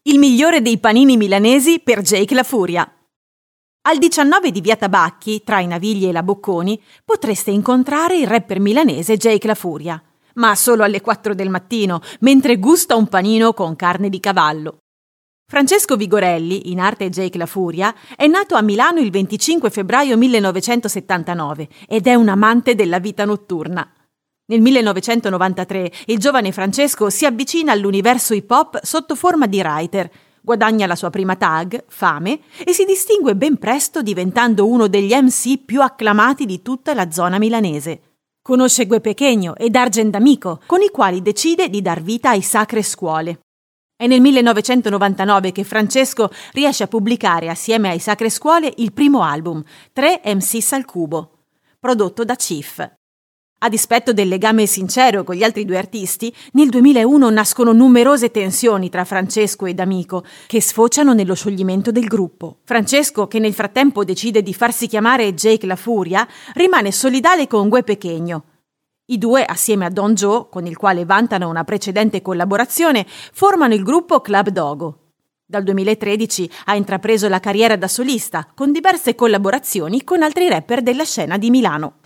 Il migliore dei panini milanesi per Jake La Furia. Al 19 di via Tabacchi, tra i Navigli e la Bocconi, potreste incontrare il rapper milanese Jake La Furia, ma solo alle 4 del mattino, mentre gusta un panino con carne di cavallo. Francesco Vigorelli, in arte Jake La Furia, è nato a Milano il 25 febbraio 1979 ed è un amante della vita notturna. Nel 1993 il giovane Francesco si avvicina all'universo hip hop sotto forma di writer, guadagna la sua prima tag, Fame, e si distingue ben presto diventando uno degli MC più acclamati di tutta la zona milanese. Conosce Gue Pequeno ed Argent D'Amico, con i quali decide di dar vita ai Sacre Scuole. È nel 1999 che Francesco riesce a pubblicare assieme ai Sacre Scuole il primo album, 3 MCs al cubo, prodotto da Chief. A dispetto del legame sincero con gli altri due artisti, nel 2001 nascono numerose tensioni tra Francesco e D'Amico, che sfociano nello scioglimento del gruppo. Francesco, che nel frattempo decide di farsi chiamare Jake La Furia, rimane solidale con Gue Pequeno. I due, assieme a Don Joe, con il quale vantano una precedente collaborazione, formano il gruppo Club Dogo. Dal 2013 ha intrapreso la carriera da solista, con diverse collaborazioni con altri rapper della scena di Milano.